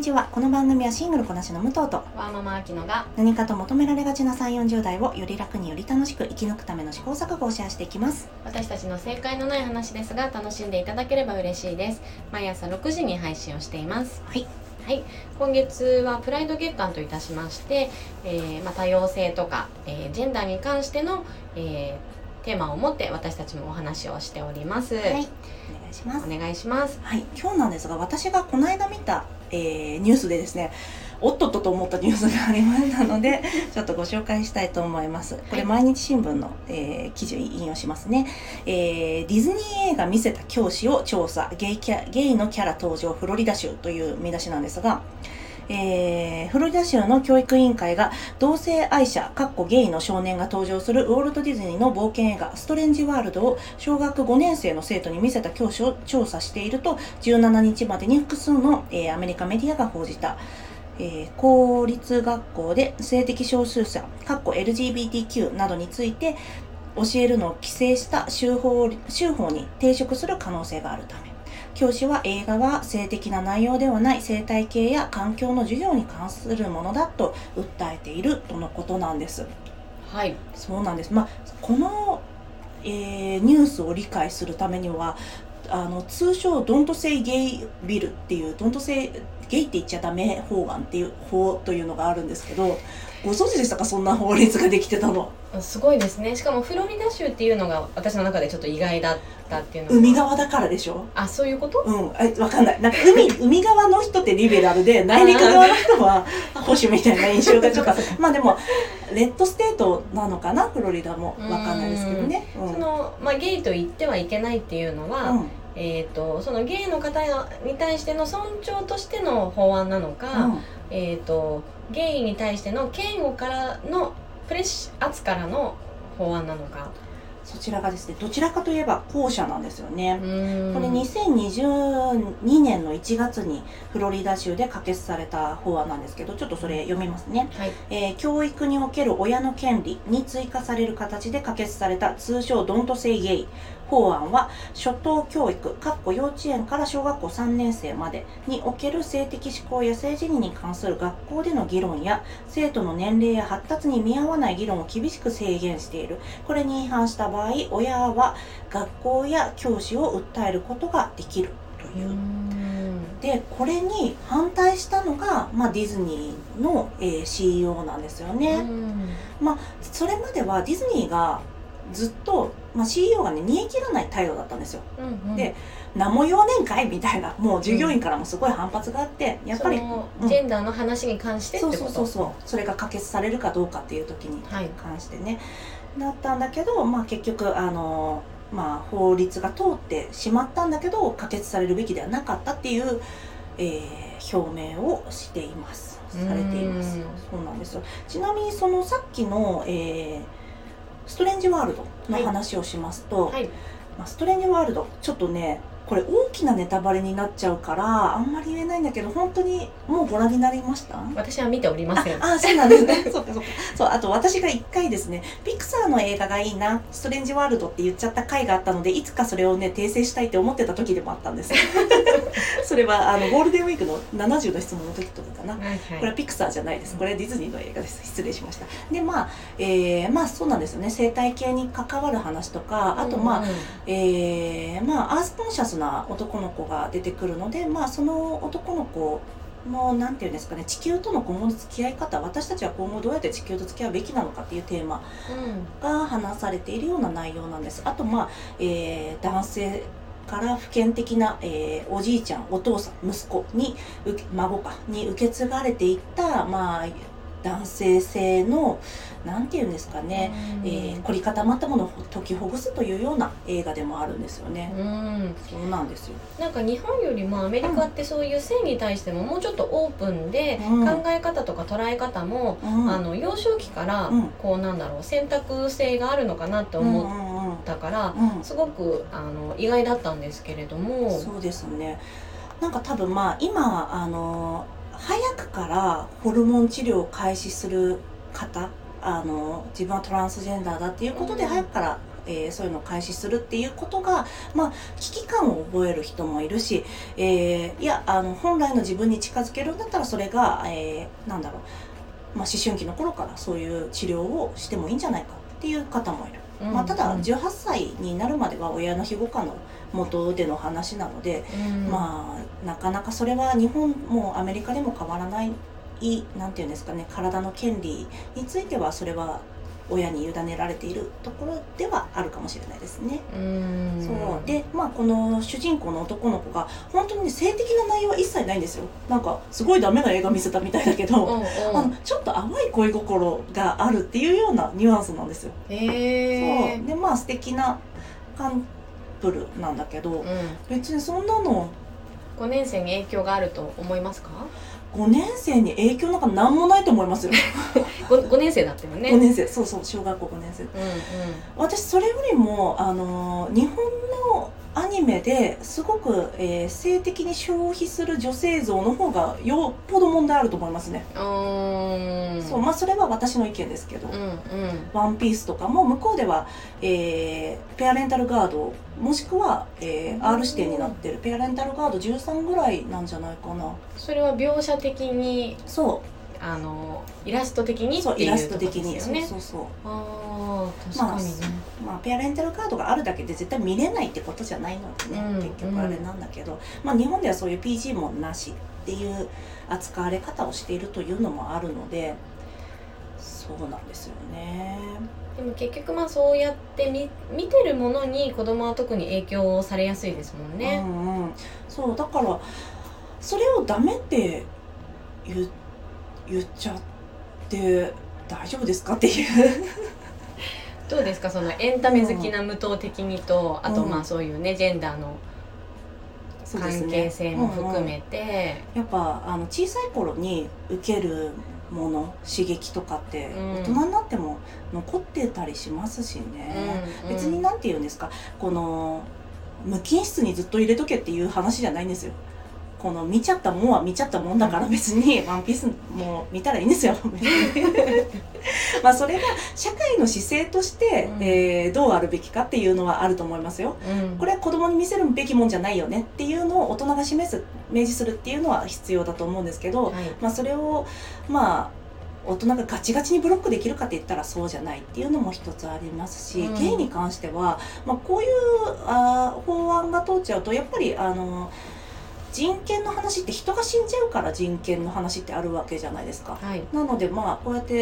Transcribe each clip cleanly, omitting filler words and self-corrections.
ちは。この番組はシングルこなしの武藤とワーママアキノが何かと求められがちな3、40代をより楽により楽しく生き抜くための試行錯誤をシェアしていきます。 私たちの正解のない話ですが楽しんでいただければ嬉しいです。毎朝6時に配信をしています。 はい、 今月はプライド月間といたしまして、多様性とか、ジェンダーに関しての、テーマを持って私たちもお話をしております。 はい、お願いします。 お願いします。 はい、今日なんですが、私がこの間見た、ニュースでですね、おっとっとと思ったニュースがありましたのでちょっとご紹介したいと思います。これ毎日新聞の、記事を引用しますね。ディズニー映画見せた教師を調査、ゲイのキャラ登場フロリダ州という見出しなんですが、フロリダ州の教育委員会が同性愛者ゲイの少年が登場するウォルト・ディズニーの冒険映画ストレンジワールドを小学5年生の生徒に見せた教師を調査していると17日までに複数の、アメリカメディアが報じた。公立学校で性的少数者LGBTQ などについて教えるのを規制した州法に抵触する可能性があるため、教師は映画は性的な内容ではない生態系や環境の授業に関するものだと訴えているとのことなんです。 はい、 そうなんです。この、ニュースを理解するためには通称ドントセイゲイビルっていうドントセイゲイって言っちゃダメ法案っていう法というのがあるんですけど、ご存知でしたか？そんな法律ができてたの。 すごいですね。しかもフロリダ州っていうのが私の中でちょっと意外だったっていうのが。 海側だからでしょ。 あ、そういうこと？ わかんない。なんか海側の人ってリベラルで内陸側の人は保守みたいな印象がちょっとでもレッドステートなのかな、フロリダも。わかんないですけどね。 ゲイと言ってはいけないっていうのは、そのゲイの方に対しての尊重としての法案なのか、ゲイに対しての嫌悪からの圧からの法案なのか、 そちらがですね、どちらかといえば後者なんですよね。これ2022年の1月にフロリダ州で可決された法案なんですけど、ちょっとそれ読みますね。教育における親の権利に追加される形で可決された通称ドントセイゲイ法案は、初等教育幼稚園から小学校3年生までにおける性的指向や性自認に関する学校での議論や生徒の年齢や発達に見合わない議論を厳しく制限している。これに違反した場合、親は学校や教師を訴えることができるという。で、これに反対したのが、ディズニーの、CEO なんですよね。それまではディズニーがずっと、CEO がね、煮え切らない態度だったんですよ。で、何も言わねんかいみたいな、もう従業員からもすごい反発があって、やっぱりジェンダーの話に関してってこと？ それが可決されるかどうかっていう時に関してね、だったんだけど、結局法律が通ってしまったんだけど可決されるべきではなかったっていう、表明をしています。されています。そうなんですよ。ちなみにそのさっきの、ストレンジワールドの話をしますと、ストレンジワールドちょっとね、これ大きなネタバレになっちゃうからあんまり言えないんだけど、本当にもうご覧になりました？ 私は見ておりません。 そうなんですね。そう、あと私が一回ですね、ピクサーの映画がいいな、ストレンジワールドって言っちゃった回があったので、いつかそれをね訂正したいって思ってた時でもあったんです。それはゴールデンウィークの70の質問の時とかかな。これはピクサーじゃないです。これはディズニーの映画です。失礼しました。で、そうなんですよね。生態系に関わる話とか、あとアースコンシャスな男の子が出てくるので、その男の子のなんていうんですかね、地球との今後の付き合い方、私たちは今後どうやって地球と付き合うべきなのかっていうテーマが話されているような内容なんです。あと男性から普遍的な、おじいちゃん、お父さん、息子に孫に受け継がれていった男性性のなんていうんですかね、凝り固まったものを解きほぐすというような映画でもあるんですよね。そうなんですよ。 なんか日本よりもアメリカってそういう性に対してももうちょっとオープンで、考え方とか捉え方も、幼少期から選択性があるのかなって思ったから、すごく意外だったんですけれども。 そうですね。なんか多分今早くからホルモン治療を開始する方、自分はトランスジェンダーだっていうことで早くからそういうのを開始するっていうことが、危機感を覚える人もいるし、いや本来の自分に近づけるんだったらそれが、思春期の頃からそういう治療をしてもいいんじゃないかっていう方もいる。ただ18歳になるまでは親の庇護下の元での話なので、なかなかそれは日本もアメリカでも変わらない、なんていうんですかね、体の権利についてはそれは親に委ねられているところではあるかもしれないですね。そうで、この主人公の男の子が本当に、性的な内容は一切ないんですよ。なんかすごいダメな映画見せたみたいだけど、ちょっと淡い恋心があるっていうようなニュアンスなんですよ。そうで、素敵なカンプルなんだけど、別にそんなの 5年生に影響があると思いますか ？5年生に影響なんか何もないと思いますよ。 5年生だったよね。 5年生、そう、小学校5年生。私それよりも日本のアニメですごく、性的に消費する女性像の方がよっぽど問題あると思いますね。そうそれは私の意見ですけど、ワンピースとかも向こうでは、ペアレンタルガードもしくは、R 指定になってるペアレンタルガード13ぐらいなんじゃないかな。 それは描写的に、イラスト的にってイラスいうとこト的に、 ろですよね。確かにね。 ペアレンタルカードがあるだけで絶対見れないってことじゃないのでね、結局あれなんだけど、日本ではそういう PG もなしっていう扱われ方をしているというのもあるので、そうなんですよね。 でも結局そうやって見てるものに子供は特に影響されやすいですもんね。 そうだからそれをダメって言っちゃって大丈夫ですかっていうどうですか、そのエンタメ好きな無党的にと、あとそういうねジェンダーの関係性も含めて、 やっぱ小さい頃に受けるもの、刺激とかって大人になっても残ってたりしますしね、別になんて言うんですか、この無菌室にずっと入れとけっていう話じゃないんですよ。この見ちゃったもんは見ちゃったもんだから、別にワンピースも見たらいいんですよそれが社会の姿勢として、どうあるべきかっていうのはあると思いますよ。これは子供に見せるべきもんじゃないよねっていうのを大人が示す、明示するっていうのは必要だと思うんですけど、それを大人がガチガチにブロックできるかって言ったらそうじゃないっていうのも一つありますし、ゲイに関しては、こういう法案が通っちゃうとやっぱり人権の話って人が死んじゃうから人権の話ってあるわけじゃないですか。なのでこうやって、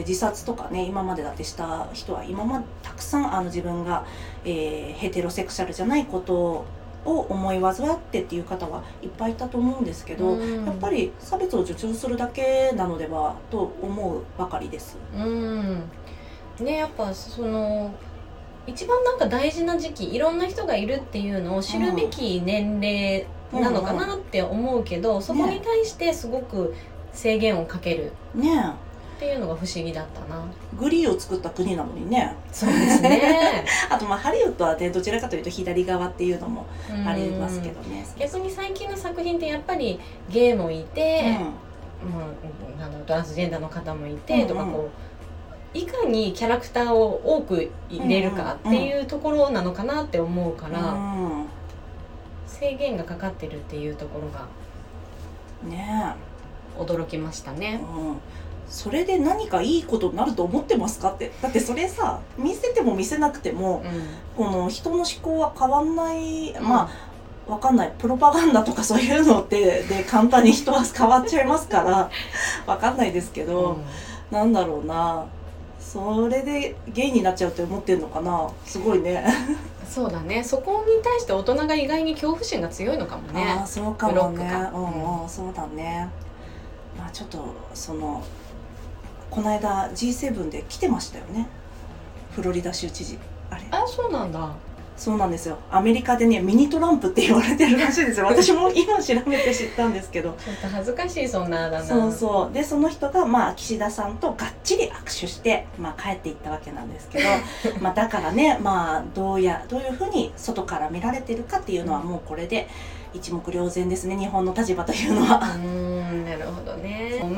自殺とかね、今までだってした人は今までたくさん自分が、ヘテロセクシャルじゃないことを思い煩ってっていう方はいっぱいいたと思うんですけど、やっぱり差別を助長するだけなのではと思うばかりです。 やっぱ一番大事な時期、いろんな人がいるっていうのを知るべき年齢なのかなって思うけど、そこに対してすごく制限をかけるっていうのが不思議だったな。 グリーを作った国なのにね。 そうですねあとハリウッドはね、どちらかというと左側っていうのもありますけどね。 逆に最近の作品ってやっぱりゲイもいて、トランスジェンダーの方もいてとか、いかにキャラクターを多く入れるかっていうところなのかなって思うから、制限がかかってるっていうところがね驚きましたね。 それで何かいいことになると思ってますかって。だってそれさ、見せても見せなくても、この人の思考は変わんない、わかんない、プロパガンダとかそういうので簡単に人は変わっちゃいますからわかんないですけど、なんだろうな、それでゲイになっちゃうって思ってるのかな。すごいねそうだね、そこに対して大人が意外に恐怖心が強いのかもね。 そうかもね。そうだね。ちょっとこの間 G7 で来てましたよね、フロリダ州知事。 そうなんだ。 そうなんですよ。アメリカでね、ミニトランプって言われてるらしいですよ。私も今調べて知ったんですけど。 ちょっと恥ずかしい、そんなあだ名。 そうで、その人が岸田さんとがっちり握手して帰っていったわけなんですけどだからね、どういうふうに外から見られてるかっていうのはもうこれで一目瞭然ですね、日本の立場というのは。 なるほどね。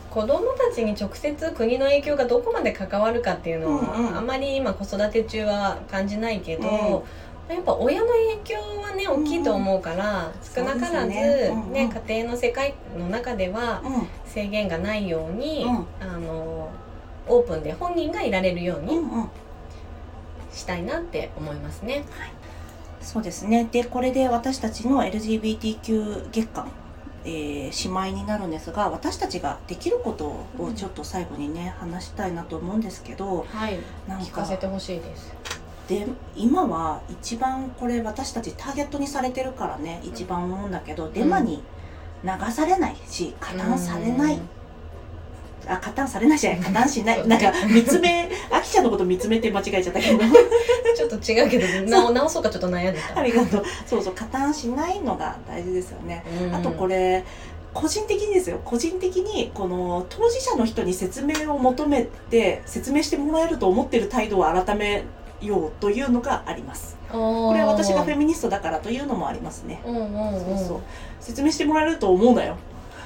子どもたちに直接国の影響がどこまで関わるかっていうのは、あんまり今子育て中は感じないけど、やっぱ親の影響はね大きいと思うから、少なからず、ね家庭の世界の中では制限がないように、オープンで本人がいられるようにしたいなって思いますね。 そうですね。でこれで私たちの LGBTQ 月間、しまいになるんですが、私たちができることをちょっと最後にね話したいなと思うんですけど、 なんか聞かせてほしいです。 で今は一番これ私たちターゲットにされてるからね、一番思うんだけど、デマに流されないし加担されない、加担されないじゃない、加担しないなんか見つめあきちゃんのこと見つめて間違えちゃったけどちょっと違うけど直そうかちょっと悩んでた。 ありがとう。そう加担しないのが大事ですよね。あとこれ個人的にですよ、個人的にこの当事者の人に説明を求めて説明してもらえると思ってる態度を改めようというのがあります。これは私がフェミニストだからというのもありますね。そう説明してもらえると思うなよ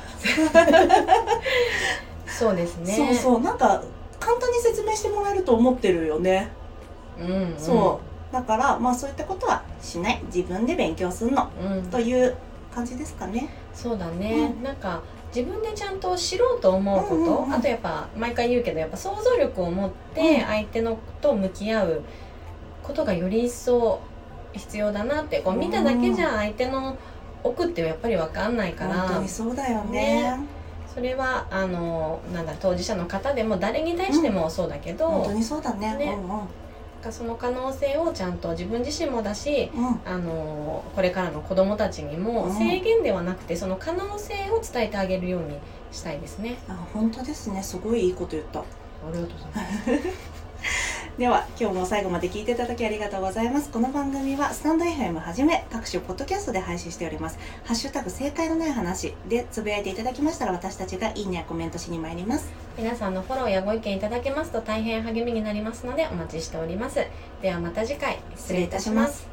そうですね。 なんか簡単に説明してもらえると思ってるよね。そうだからそういったことはしない、自分で勉強するの、という感じですかね。 そうだね、なんか自分でちゃんと知ろうと思うこと、あとやっぱ毎回言うけどやっぱ想像力を持って相手のと向き合うことがより一層必要だなって、こう見ただけじゃ相手の奥ってやっぱり分かんないから、 本当にそうだよね。 それは当事者の方でも誰に対してもそうだけど、 本当にそうだね。 その可能性をちゃんと自分自身もだし、これからの子どもたちにも制限ではなくてその可能性を伝えてあげるようにしたいですね。 本当ですね。すごいいいこと言った。 ありがとうございますでは今日も最後まで聞いていただきありがとうございます。この番組はスタンド FM はじめ各種ポッドキャストで配信しております。ハッシュタグ正解のない話でつぶやいていただきましたら、私たちがいいねやコメントしに参ります。 皆さんのフォローやご意見いただけますと大変励みになりますのでお待ちしております。ではまた次回失礼いたします。